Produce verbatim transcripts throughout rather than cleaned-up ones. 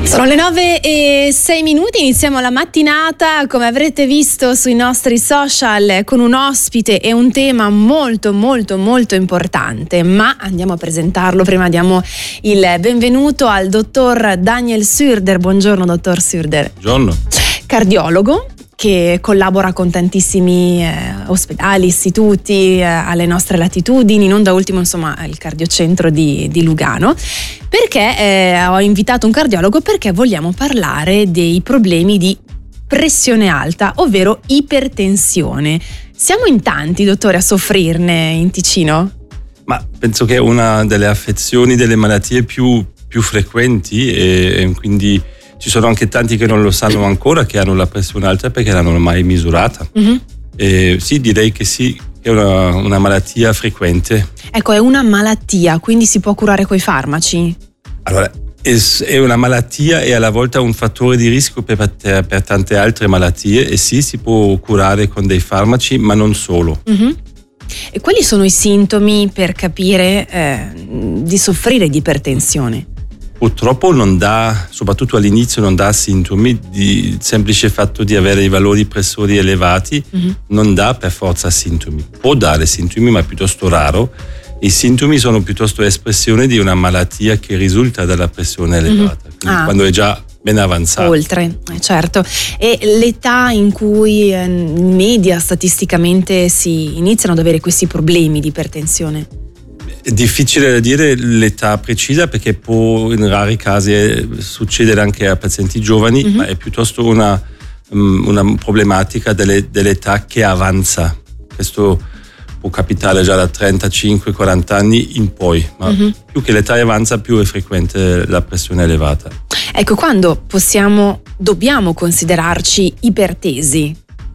Sono le nove e sei minuti, iniziamo la mattinata, come avrete visto sui nostri social, con un ospite e un tema molto molto molto importante, ma andiamo a presentarlo. Prima diamo il benvenuto al dottor Daniel Surder. Buongiorno dottor Surder. Buongiorno. Cardiologo che collabora con tantissimi eh, ospedali, istituti eh, alle nostre latitudini, non da ultimo insomma il cardiocentro di, di Lugano. Perché eh, ho invitato un cardiologo? Perché vogliamo parlare dei problemi di pressione alta, ovvero ipertensione. Siamo in tanti, dottore, a soffrirne in Ticino? Ma penso che è una delle affezioni, delle malattie più, più frequenti e, e quindi ci sono anche tanti che non lo sanno ancora, che hanno la pressione alta perché non l'hanno mai misurata. Mm-hmm. E sì, direi che sì, è una, una malattia frequente. Ecco, è una malattia, quindi si può curare coi farmaci? Allora, è una malattia e alla volta un fattore di rischio per, per tante altre malattie, e sì, si può curare con dei farmaci, ma non solo. Mm-hmm. E quali sono i sintomi per capire eh, di soffrire di ipertensione? Purtroppo non dà, soprattutto all'inizio, non dà sintomi. Di, il semplice fatto di avere i valori pressori elevati mm-hmm. non dà per forza sintomi. Può dare sintomi, ma è piuttosto raro. I sintomi sono piuttosto espressione di una malattia che risulta dalla pressione elevata, mm-hmm. ah. quando è già ben avanzata. Oltre, eh, certo. E l'età in cui eh, in media statisticamente si iniziano ad avere questi problemi di ipertensione? È difficile da dire l'età precisa, perché può in rari casi succedere anche a pazienti giovani, mm-hmm. ma è piuttosto una, una problematica delle, dell'età che avanza. Questo può capitare già da trentacinque quaranta anni in poi, ma mm-hmm. più che l'età avanza, più è frequente la pressione elevata. Ecco, quando possiamo, dobbiamo considerarci ipertesi?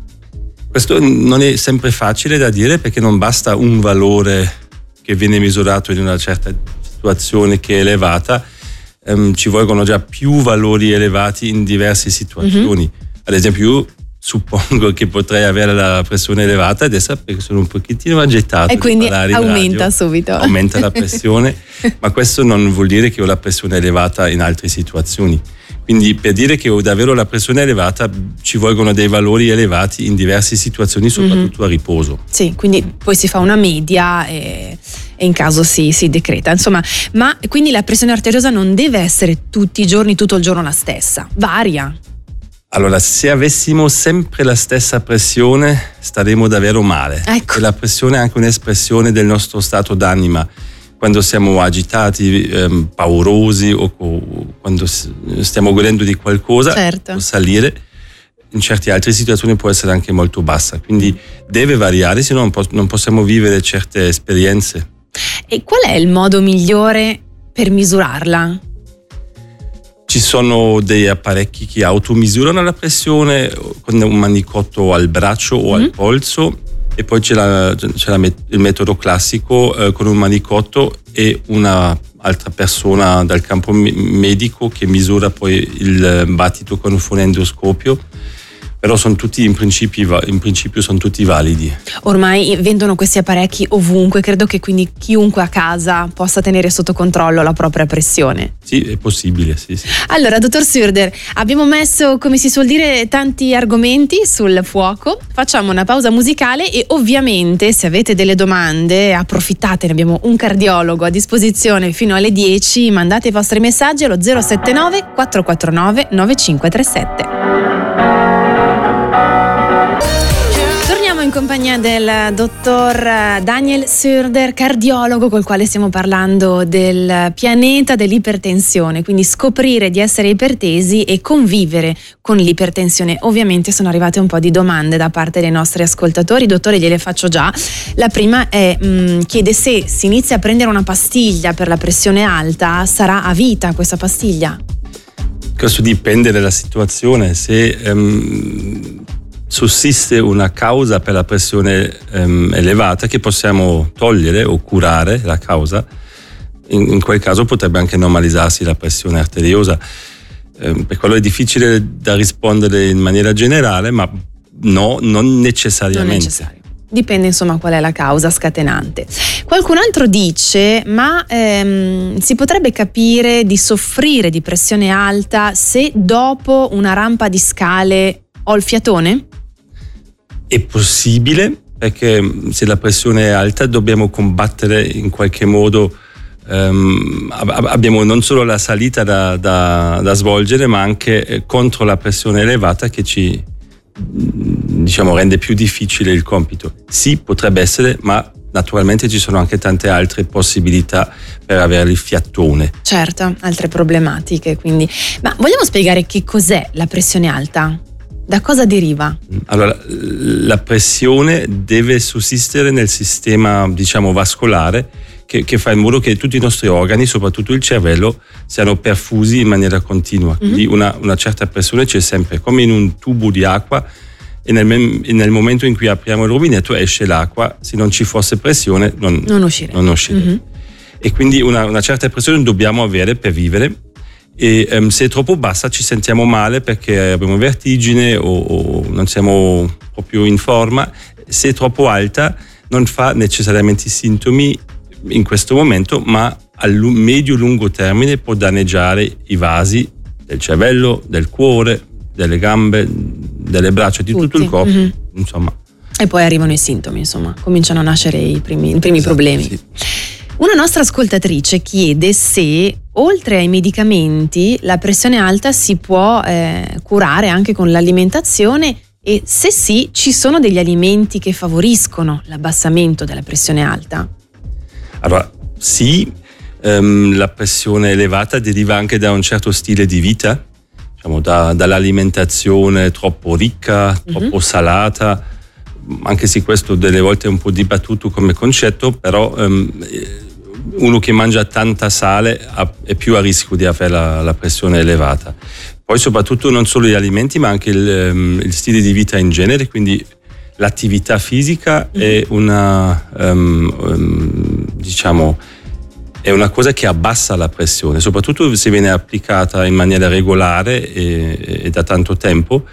Questo non è sempre facile da dire, perché non basta un valore che viene misurato in una certa situazione che è elevata, um, ci vogliono già più valori elevati in diverse situazioni. Mm-hmm. Ad esempio, io suppongo che potrei avere la pressione elevata adesso perché sono un pochettino agitato. E quindi aumenta subito. Aumenta la pressione, ma questo non vuol dire che ho la pressione elevata in altre situazioni. Quindi per dire che ho davvero la pressione elevata ci vogliono dei valori elevati in diverse situazioni, soprattutto mm-hmm. a riposo. Sì, quindi poi si fa una media e, e in caso si, si decreta. Insomma, ma quindi la pressione arteriosa non deve essere tutti i giorni, tutto il giorno la stessa, varia. Allora, se avessimo sempre la stessa pressione staremmo davvero male. Ecco. E la pressione è anche un'espressione del nostro stato d'anima. Quando siamo agitati, ehm, paurosi, o, o quando stiamo godendo di qualcosa, certo. può salire. In certe altre situazioni può essere anche molto bassa. Quindi deve variare, se no non, po- non possiamo vivere certe esperienze. E qual è il modo migliore per misurarla? Ci sono dei apparecchi che automisurano la pressione con un manicotto al braccio o mm-hmm. al polso. E poi c'è, la, c'è la, il metodo classico eh, con un manicotto e una altra persona dal campo medico che misura poi il battito con un fonendoscopio. Però sono tutti in principio, in principio sono tutti validi. Ormai vendono questi apparecchi ovunque, credo che quindi chiunque a casa possa tenere sotto controllo la propria pressione. Sì, è possibile, sì, sì. Allora, dottor Surder, abbiamo messo, come si suol dire, tanti argomenti sul fuoco. Facciamo una pausa musicale e ovviamente se avete delle domande approfittate, ne abbiamo un cardiologo a disposizione fino alle dieci, mandate i vostri messaggi allo zero sette nove quattro quattro nove nove cinque tre sette. In compagnia del dottor Daniel Surder, cardiologo, col quale stiamo parlando del pianeta dell'ipertensione, quindi scoprire di essere ipertesi e convivere con l'ipertensione. Ovviamente sono arrivate un po' di domande da parte dei nostri ascoltatori, dottore, gliele faccio già. La prima è mh, chiede se si inizia a prendere una pastiglia per la pressione alta, sarà a vita questa pastiglia? Questo dipende dalla situazione. Se um... sussiste una causa per la pressione ehm, elevata che possiamo togliere o curare la causa, in, in quel caso potrebbe anche normalizzarsi la pressione arteriosa. Eh, per quello è difficile da rispondere in maniera generale, ma no, non necessariamente. Non necessario. Dipende insomma qual è la causa scatenante. Qualcun altro dice, ma ehm, si potrebbe capire di soffrire di pressione alta se dopo una rampa di scale ho il fiatone? È possibile, perché se la pressione è alta dobbiamo combattere in qualche modo, ehm, abbiamo non solo la salita da, da, da svolgere, ma anche contro la pressione elevata che ci, diciamo, rende più difficile il compito. Sì, potrebbe essere, ma naturalmente ci sono anche tante altre possibilità per avere il fiatone. Certo, altre problematiche, quindi. Ma vogliamo spiegare che cos'è la pressione alta? Da cosa deriva? Allora, la pressione deve sussistere nel sistema, diciamo, vascolare, che, che fa in modo che tutti i nostri organi, soprattutto il cervello, siano perfusi in maniera continua. Quindi mm-hmm. una, una certa pressione c'è sempre, come in un tubo di acqua, e nel, nel momento in cui apriamo il rubinetto esce l'acqua. Se non ci fosse pressione non, non uscire. Non uscire. Mm-hmm. E quindi una, una certa pressione dobbiamo avere per vivere, e um, se è troppo bassa ci sentiamo male perché abbiamo vertigine o, o non siamo proprio in forma. Se è troppo alta non fa necessariamente sintomi in questo momento, ma a medio-lungo termine può danneggiare i vasi del cervello, del cuore, delle gambe, delle braccia, di Tutti. tutto il corpo, mm-hmm. insomma. E poi arrivano i sintomi, insomma, cominciano a nascere i primi, i primi esatto, problemi. Sì. Una nostra ascoltatrice chiede se, oltre ai medicamenti, la pressione alta si può eh, curare anche con l'alimentazione, e se sì, ci sono degli alimenti che favoriscono l'abbassamento della pressione alta? Allora, sì, ehm, la pressione elevata deriva anche da un certo stile di vita, diciamo da, dall'alimentazione troppo ricca, troppo mm-hmm. salata, anche se questo delle volte è un po' dibattuto come concetto, però ehm, uno che mangia tanta sale ha, è più a rischio di avere la, la pressione elevata. Poi soprattutto non solo gli alimenti, ma anche il, um, il stile di vita in genere, quindi l'attività fisica mm-hmm. è una, um, um, diciamo, è una cosa che abbassa la pressione, soprattutto se viene applicata in maniera regolare e, e da tanto tempo.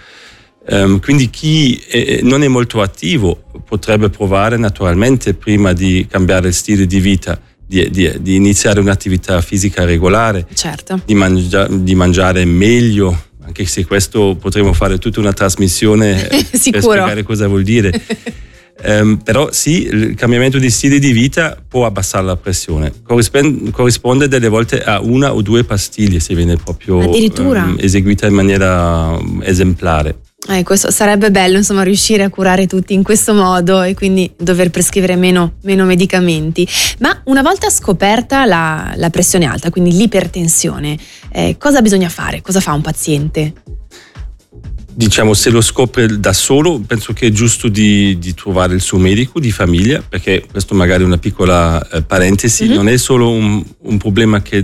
Um, quindi chi è, non è molto attivo potrebbe provare naturalmente, prima di cambiare il stile di vita, di, di, di iniziare un'attività fisica regolare, certo. di, mangia, di mangiare meglio, anche se questo potremmo fare tutta una trasmissione per spiegare cosa vuol dire. Um, però sì, il cambiamento di stile di vita può abbassare la pressione, corrisponde, corrisponde delle volte a una o due pastiglie se viene proprio um, eseguita in maniera um, esemplare. Eh, questo sarebbe bello, insomma, riuscire a curare tutti in questo modo e quindi dover prescrivere meno, meno medicamenti. Ma una volta scoperta la, la pressione alta, quindi l'ipertensione, eh, cosa bisogna fare? Cosa fa un paziente? Diciamo, se lo scopre da solo, penso che è giusto di, di trovare il suo medico di famiglia, perché questo magari è una piccola eh, parentesi, mm-hmm. non è solo un, un problema che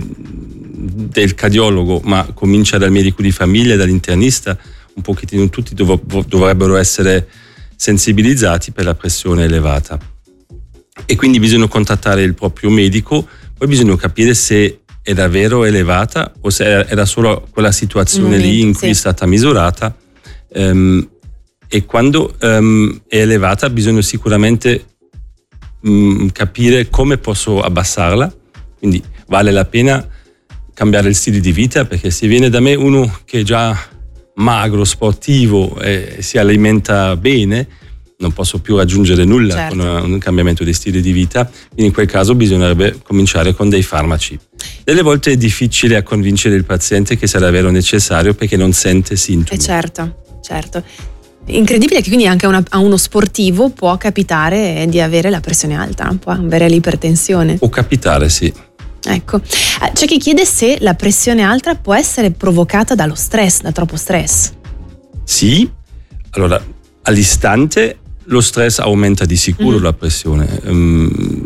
del cardiologo, ma comincia dal medico di famiglia, dall'internista. Un pochettino tutti dov- dovrebbero essere sensibilizzati per la pressione elevata, e quindi bisogna contattare il proprio medico. Poi bisogna capire se è davvero elevata o se era solo quella situazione lì in cui sì. è stata misurata. Um, e quando um, è elevata bisogna sicuramente um, capire come posso abbassarla, quindi vale la pena cambiare il stile di vita, perché se viene da me uno che è già magro, sportivo e si alimenta bene, non posso più raggiungere nulla certo. con un cambiamento di stile di vita, quindi in quel caso bisognerebbe cominciare con dei farmaci. Delle volte è difficile a convincere il paziente che sia davvero necessario perché non sente sintomi. Eh certo, certo. Incredibile che quindi anche a, una, a uno sportivo può capitare di avere la pressione alta, può avere l'ipertensione. Può capitare, sì. Ecco, c'è chi chiede se la pressione alta può essere provocata dallo stress, da troppo stress. Sì, allora all'istante lo stress aumenta di sicuro mm. la pressione. Um,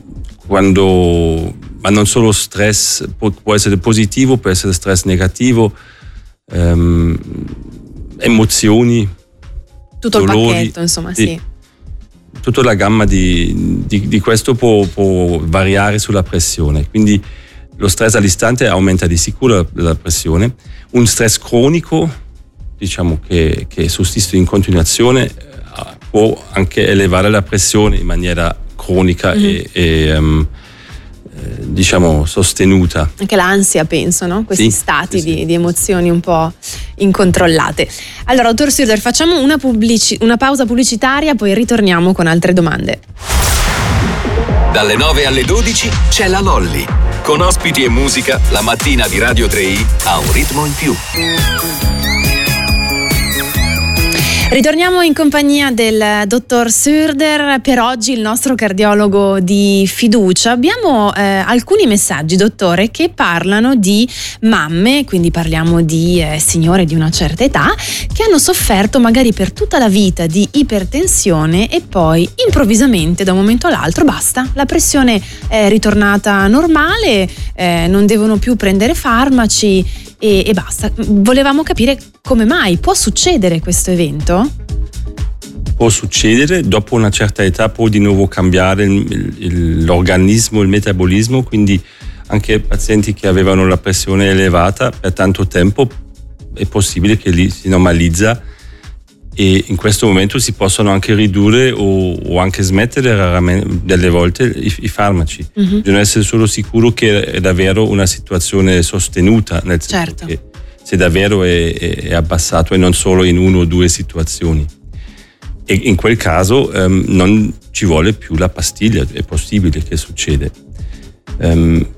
quando, ma non solo stress, può, può essere positivo, può essere stress negativo, um, emozioni, tutto dolori, il pacchetto, insomma, sì. sì. Tutta la gamma di, di, di questo può, può variare sulla pressione, quindi lo stress all'istante aumenta di sicuro la, la pressione. Un stress cronico, diciamo che, che sussiste in continuazione, può anche elevare la pressione in maniera cronica mm-hmm. e, e um, diciamo sostenuta. Anche l'ansia, penso, no? Questi sì, stati sì, di, sì. di emozioni un po' incontrollate. Allora, dottor Sürder, facciamo una, pubblici- una pausa pubblicitaria, poi ritorniamo con altre domande. Dalle nove alle dodici c'è la Lolli. Con ospiti e musica, la mattina di Radio tre i ha un ritmo in più. Ritorniamo in compagnia del dottor Sürder, per oggi il nostro cardiologo di fiducia. Abbiamo eh, alcuni messaggi, dottore, che parlano di mamme, quindi parliamo di eh, signore di una certa età, che hanno sofferto magari per tutta la vita di ipertensione e poi improvvisamente da un momento all'altro basta, la pressione è ritornata normale, eh, non devono più prendere farmaci e, e basta. Volevamo capire come mai può succedere questo evento? Può succedere, dopo una certa età può di nuovo cambiare il, il, l'organismo, il metabolismo, quindi anche pazienti che avevano la pressione elevata per tanto tempo è possibile che li si normalizza e in questo momento si possono anche ridurre o, o anche smettere raramente, delle volte i, i farmaci. Mm-hmm. Bisogna essere solo sicuro che è davvero una situazione sostenuta, nel senso certo. che se davvero è, è abbassato e non solo in una o due situazioni. E in quel caso um, non ci vuole più la pastiglia, è possibile che succede. Um,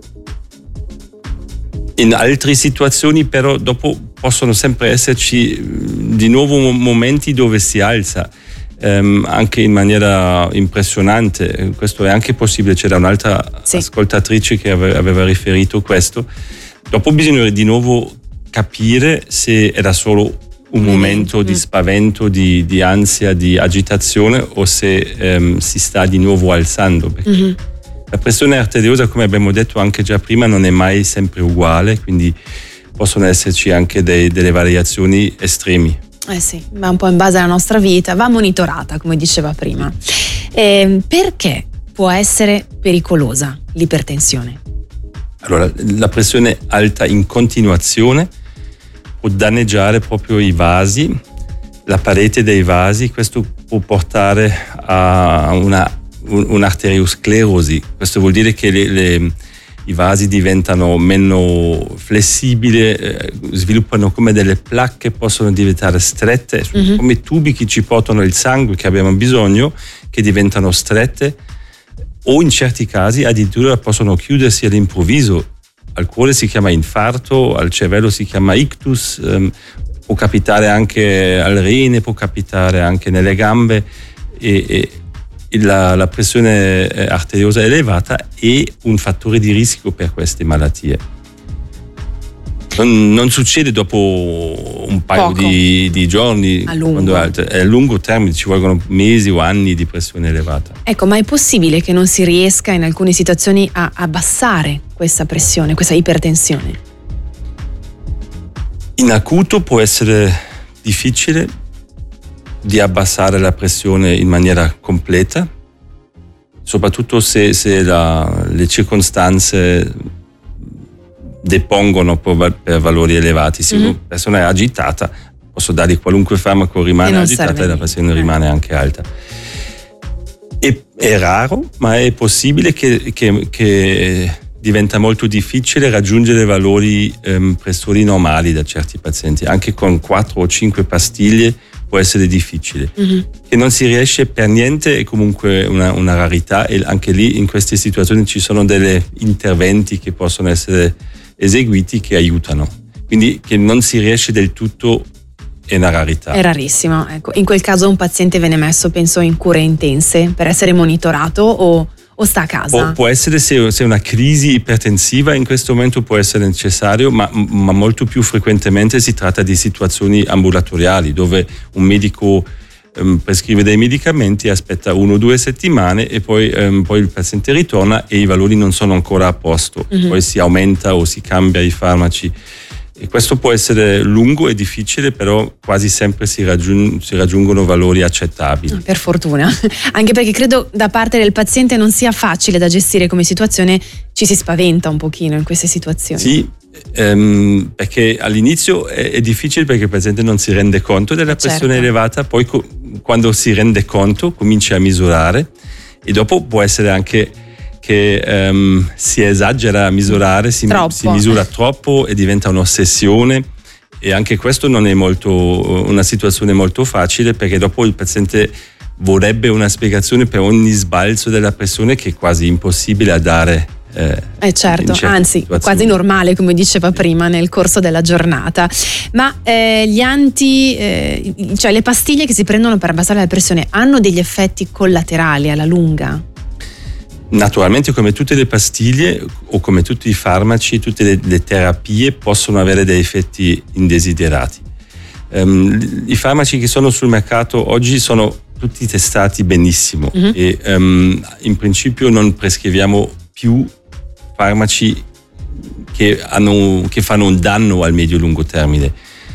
in altre situazioni però dopo possono sempre esserci di nuovo momenti dove si alza, um, anche in maniera impressionante. Questo è anche possibile, c'era un'altra sì. ascoltatrice che aveva riferito questo. Dopo bisogna di nuovo capire se era solo un momento di spavento, di, di ansia, di agitazione o se um, si sta di nuovo alzando. Perché mm-hmm. la pressione arteriosa, come abbiamo detto anche già prima, non è mai sempre uguale, quindi possono esserci anche dei, delle variazioni estremi. Eh sì, ma un po' in base alla nostra vita, va monitorata, come diceva prima. Eh, perché può essere pericolosa l'ipertensione? Allora, la pressione alta in continuazione può danneggiare proprio i vasi, la parete dei vasi, questo può portare a una, un'arteriosclerosi. Questo vuol dire che le, le, i vasi diventano meno flessibili, eh, sviluppano come delle placche, possono diventare strette, mm-hmm. come tubi che ci portano il sangue che abbiamo bisogno, che diventano strette, o in certi casi addirittura possono chiudersi all'improvviso. Al cuore si chiama infarto, al cervello si chiama ictus, ehm, può capitare anche al rene, può capitare anche nelle gambe e, e la, la pressione arteriosa elevata è un fattore di rischio per queste malattie. Non, non succede dopo un paio di, di giorni, a lungo. Quando è, è a lungo termine, ci vogliono mesi o anni di pressione elevata. Ecco, ma è possibile che non si riesca in alcune situazioni a abbassare questa pressione, questa ipertensione? In acuto può essere difficile di abbassare la pressione in maniera completa, soprattutto se, se la, le circostanze depongono per valori elevati. Se mm-hmm. una persona è agitata, posso dargli qualunque farmaco, rimane agitata e la pressione rimane anche alta. E, è raro, ma è possibile che, che, che diventa molto difficile raggiungere valori ehm, pressori normali da certi pazienti. Anche con quattro o cinque pastiglie può essere difficile. Mm-hmm. Che non si riesce per niente è comunque una, una rarità, e anche lì in queste situazioni ci sono degli interventi che possono essere eseguiti che aiutano, quindi che non si riesce del tutto è una rarità. È rarissimo, ecco. In quel caso un paziente viene messo, penso, in cure intense per essere monitorato o, o sta a casa? Può, può essere, se, se una crisi ipertensiva in questo momento può essere necessario, ma, ma molto più frequentemente si tratta di situazioni ambulatoriali dove un medico um, prescrive dei medicamenti, aspetta uno o due settimane e poi, um, poi il paziente ritorna e i valori non sono ancora a posto, mm-hmm. poi si aumenta o si cambia i farmaci. E questo può essere lungo e difficile, però quasi sempre si, raggiung- si raggiungono valori accettabili. Per fortuna, anche perché credo da parte del paziente non sia facile da gestire come situazione, ci si spaventa un pochino in queste situazioni. Sì, ehm, perché all'inizio è, è difficile perché il paziente non si rende conto della pressione certo. elevata, poi co- quando si rende conto comincia a misurare, e dopo può essere anche che um, si esagera a misurare, si, si misura troppo e diventa un'ossessione, e anche questo non è molto una situazione molto facile, perché dopo il paziente vorrebbe una spiegazione per ogni sbalzo della pressione, che è quasi impossibile a dare. Eh, eh certo, anzi situazioni. Quasi normale, come diceva prima, nel corso della giornata. Ma eh, gli anti, eh, cioè le pastiglie che si prendono per abbassare la pressione hanno degli effetti collaterali alla lunga? Naturalmente, come tutte le pastiglie o come tutti i farmaci, tutte le, le terapie possono avere dei effetti indesiderati. Um, I farmaci che sono sul mercato oggi sono tutti testati benissimo, mm-hmm. e um, in principio non prescriviamo più farmaci che, hanno, che fanno un danno al medio-lungo termine.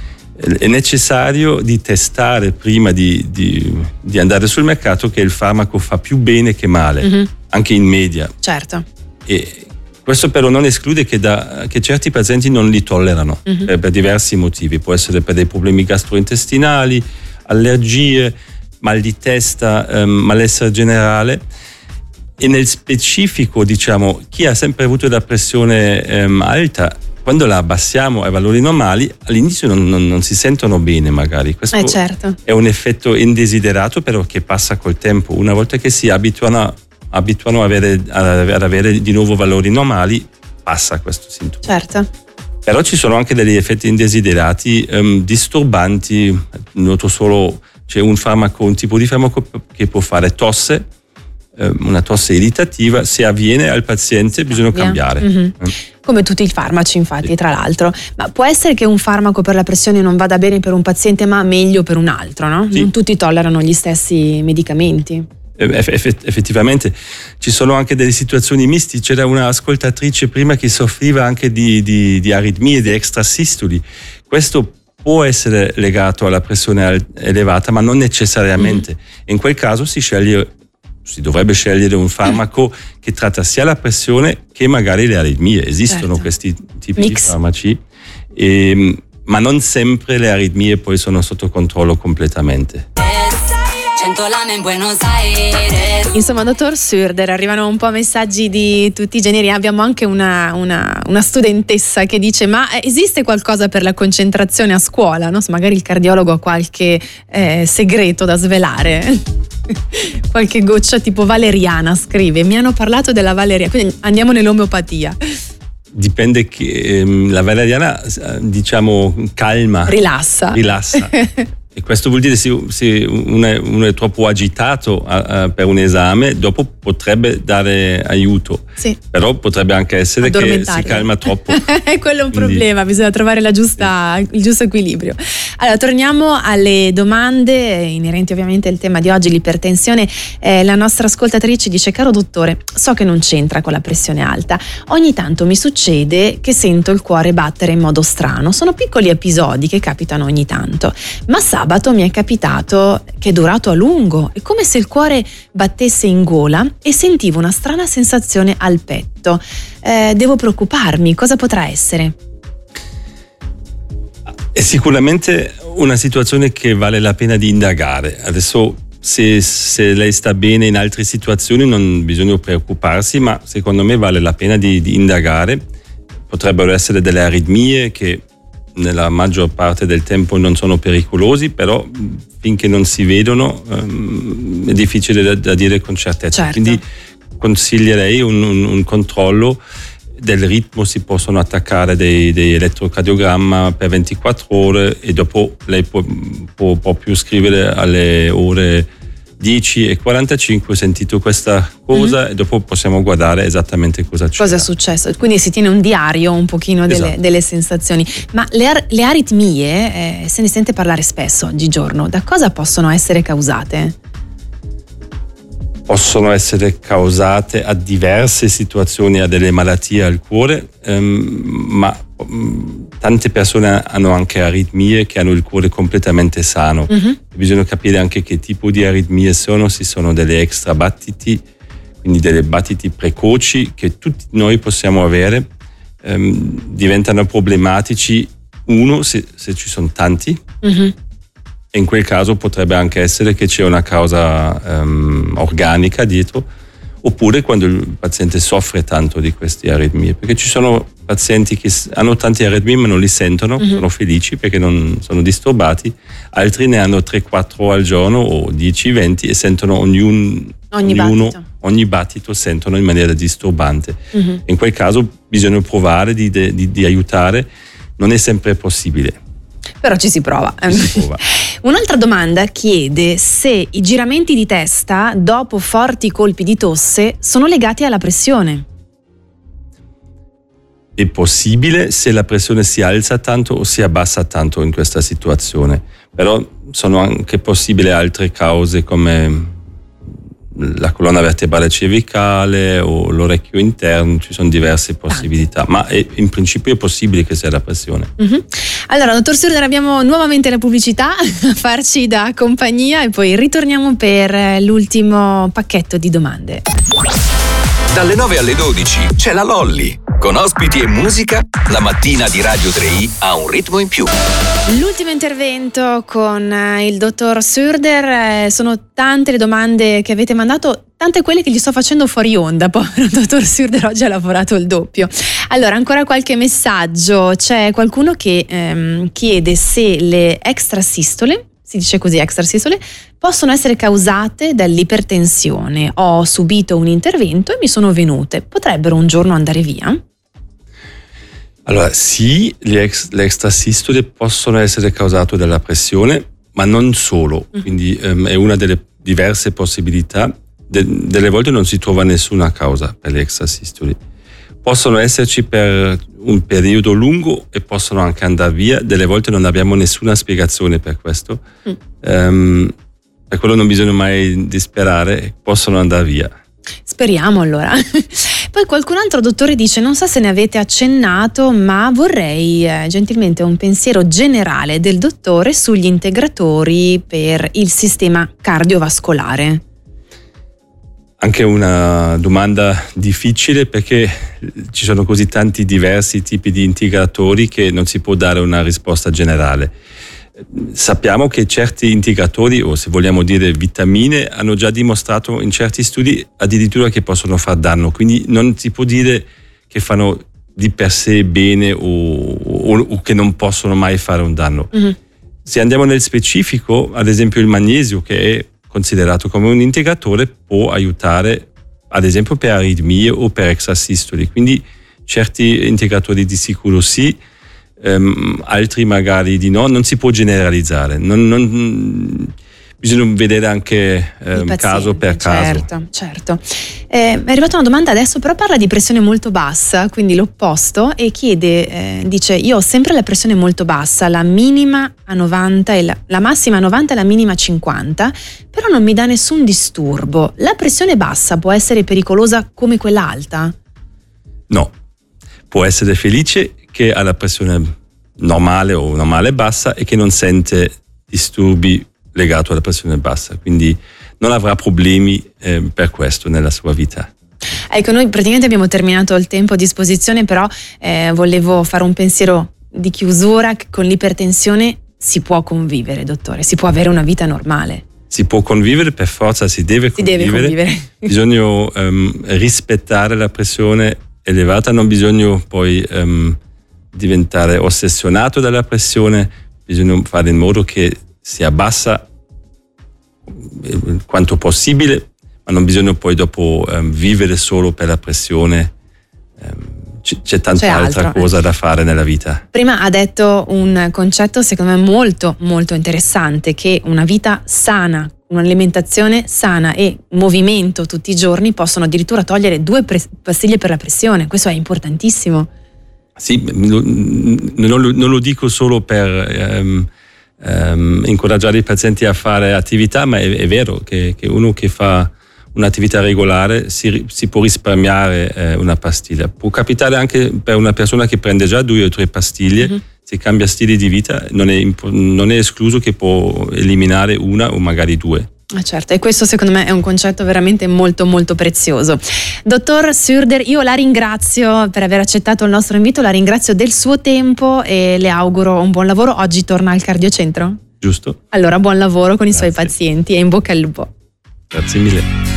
È necessario di testare prima di, di, di andare sul mercato che il farmaco fa più bene che male, mm-hmm. anche in media. Certo. E questo però non esclude che, da, che certi pazienti non li tollerano, mm-hmm. per, per diversi motivi. Può essere per dei problemi gastrointestinali, allergie, mal di testa, um, malessere generale. E nel specifico, diciamo, chi ha sempre avuto la pressione um, alta, quando la abbassiamo ai valori normali, all'inizio non, non, non si sentono bene magari. Questo eh certo. è un effetto indesiderato, però che passa col tempo. Una volta che si abituano, abituano a avere, ad avere di nuovo valori normali, passa questo sintomo. Certo. Però ci sono anche degli effetti indesiderati um, disturbanti. Noto solo, c'è un farmaco, un tipo di farmaco che può fare tosse, una tosse irritativa. Se avviene al paziente bisogna cambiare. Mm-hmm. Come tutti i farmaci, infatti, sì. Tra l'altro. Ma può essere che un farmaco per la pressione non vada bene per un paziente ma meglio per un altro, no? Sì. Non tutti tollerano gli stessi medicamenti. Effettivamente ci sono anche delle situazioni misti. C'era una ascoltatrice prima che soffriva anche di, di, di aritmie, di extrasistoli. Questo può essere legato alla pressione elevata, ma non necessariamente. Mm. In quel caso si sceglie si dovrebbe scegliere un farmaco che tratta sia la pressione che magari le aritmie. Esistono, certo. Questi tipi Mix. Di farmaci, e, ma non sempre le aritmie poi sono sotto controllo completamente. Insomma, dottor Surder, arrivano un po' messaggi di tutti i generi. Abbiamo anche una, una, una studentessa che dice: ma esiste qualcosa per la concentrazione a scuola? No? Magari il cardiologo ha qualche eh, segreto da svelare. Qualche goccia tipo valeriana, scrive. Mi hanno parlato della valeriana, quindi andiamo nell'omeopatia. Dipende che ehm, la valeriana, diciamo, calma, rilassa, rilassa. E questo vuol dire se, se uno, è, uno è troppo agitato a, a, per un esame, dopo potrebbe dare aiuto, sì. Però potrebbe anche essere che si calma troppo. È quello un Quindi... problema, bisogna trovare la giusta, sì. il giusto equilibrio. Allora, torniamo alle domande inerenti ovviamente al tema di oggi, l'ipertensione. Eh, la nostra ascoltatrice dice: caro dottore, so che non c'entra con la pressione alta, ogni tanto mi succede che sento il cuore battere in modo strano. Sono piccoli episodi che capitano ogni tanto, ma sa sabato mi è capitato che è durato a lungo, è come se il cuore battesse in gola e sentivo una strana sensazione al petto. Eh, devo preoccuparmi? Cosa potrà essere? È sicuramente una situazione che vale la pena di indagare. Adesso se, se lei sta bene in altre situazioni non bisogna preoccuparsi, ma secondo me vale la pena di, di indagare. Potrebbero essere delle aritmie che nella maggior parte del tempo non sono pericolosi, però finché non si vedono um, è difficile da, da dire con certezza. Certo. Quindi consiglierei un, un, un controllo del ritmo. Si possono attaccare dei, dei elettrocardiogramma per ventiquattro ore e dopo lei può, può proprio scrivere alle ore dieci e quarantacinque ho sentito questa cosa, mm-hmm. e dopo possiamo guardare esattamente cosa c'è. Cosa è successo? Quindi si tiene un diario un pochino delle, esatto. delle sensazioni. Ma le, ar- le aritmie, eh, se ne sente parlare spesso oggigiorno, da cosa possono essere causate? Possono essere causate a diverse situazioni, a delle malattie al cuore, ehm, ma um, tante persone hanno anche aritmie che hanno il cuore completamente sano. Mm-hmm. Bisogna capire anche che tipo di aritmie sono, se sono delle extrabattiti, quindi delle battiti precoci che tutti noi possiamo avere, ehm, diventano problematici, uno, se, se ci sono tanti, mm-hmm. E in quel caso potrebbe anche essere che c'è una causa um, organica dietro, oppure quando il paziente soffre tanto di queste aritmie, perché ci sono pazienti che hanno tanti aritmie ma non li sentono, mm-hmm. sono felici perché non sono disturbati, altri ne hanno tre quattro al giorno o dieci venti e sentono ognun, ogni ognuno, battito. ogni battito sentono in maniera disturbante. Mm-hmm. In quel caso bisogna provare di, di, di aiutare, non è sempre possibile. Però ci si prova. Ci si prova. Un'altra domanda chiede se i giramenti di testa dopo forti colpi di tosse sono legati alla pressione. È possibile se la pressione si alza tanto o si abbassa tanto in questa situazione, però sono anche possibili altre cause come la colonna vertebrale cervicale o l'orecchio interno, ci sono diverse possibilità, ma è, in principio è possibile che sia la pressione. Mm-hmm. Allora, dottor Surder, abbiamo nuovamente la pubblicità a farci da compagnia e poi ritorniamo per l'ultimo pacchetto di domande. Dalle nove alle dodici c'è la Lolli. Con ospiti e musica, la mattina di Radio tre i ha un ritmo in più. L'ultimo intervento con il dottor Surder, sono tante le domande che avete mandato, tante quelle che gli sto facendo fuori onda, povero dottor Surder, oggi ha lavorato il doppio. Allora, ancora qualche messaggio, c'è qualcuno che ehm, chiede se le extrasistole, si dice così, extrasistole, possono essere causate dall'ipertensione. Ho subito un intervento e mi sono venute, potrebbero un giorno andare via? Allora, sì, le, ex, le extrasistole possono essere causate dalla pressione, ma non solo, quindi um, è una delle diverse possibilità. De, delle volte non si trova nessuna causa per le extrasistole. Possono esserci per un periodo lungo e possono anche andare via, delle volte non abbiamo nessuna spiegazione per questo. Mm. Um, per quello non bisogna mai disperare, possono andare via. Speriamo allora. Poi qualcun altro dottore dice, non so se ne avete accennato, ma vorrei eh, gentilmente un pensiero generale del dottore sugli integratori per il sistema cardiovascolare. Anche una domanda difficile perché ci sono così tanti diversi tipi di integratori che non si può dare una risposta generale. Sappiamo che certi integratori, o se vogliamo dire vitamine, hanno già dimostrato in certi studi addirittura che possono far danno, quindi non si può dire che fanno di per sé bene o, o, o che non possono mai fare un danno. Mm-hmm. Se andiamo nel specifico, ad esempio il magnesio, che è considerato come un integratore, può aiutare ad esempio per aritmie o per extrasistoli, quindi certi integratori di sicuro sì, Um, altri magari di no, non si può generalizzare, non, non, bisogna vedere anche um, paziente, caso per certo, caso. Certo. Eh, è arrivata una domanda adesso, però parla di pressione molto bassa, quindi l'opposto, e chiede, eh, dice, io ho sempre la pressione molto bassa, la minima a novanta, e la, la massima a novanta e la minima a cinquanta, però non mi dà nessun disturbo. La pressione bassa può essere pericolosa come quella alta? No, può essere felice che ha la pressione normale o normale bassa e che non sente disturbi legati alla pressione bassa, quindi non avrà problemi eh, per questo nella sua vita. Ecco, noi praticamente abbiamo terminato il tempo a disposizione, però eh, volevo fare un pensiero di chiusura, che con l'ipertensione si può convivere, dottore, si può avere una vita normale. Si può convivere, per forza si deve si convivere. Deve convivere. Bisogna um, rispettare la pressione elevata, non bisogna poi um, diventare ossessionato dalla pressione, bisogna fare in modo che si abbassa quanto possibile, ma non bisogna poi dopo um, vivere solo per la pressione. Um, c- c'è tanta c'è altra altro. cosa da fare nella vita. Prima ha detto un concetto secondo me molto molto interessante, che una vita sana, un'alimentazione sana e movimento tutti i giorni possono addirittura togliere due pre- pastiglie per la pressione. Questo è importantissimo. Sì, non lo, non lo dico solo per um, um, incoraggiare i pazienti a fare attività, ma è, è vero che, che uno che fa un'attività regolare si, si può risparmiare eh, una pastiglia. Può capitare anche per una persona che prende già due o tre pastiglie, mm-hmm. se cambia stile di vita non è, non è escluso che può eliminare una o magari due. Ah, certo, e questo secondo me è un concetto veramente molto molto prezioso. Dottor Surder, io la ringrazio per aver accettato il nostro invito, la ringrazio del suo tempo e le auguro un buon lavoro. Oggi torna al cardiocentro? Giusto? Allora buon lavoro con Grazie. i suoi pazienti e in bocca al lupo. Grazie mille.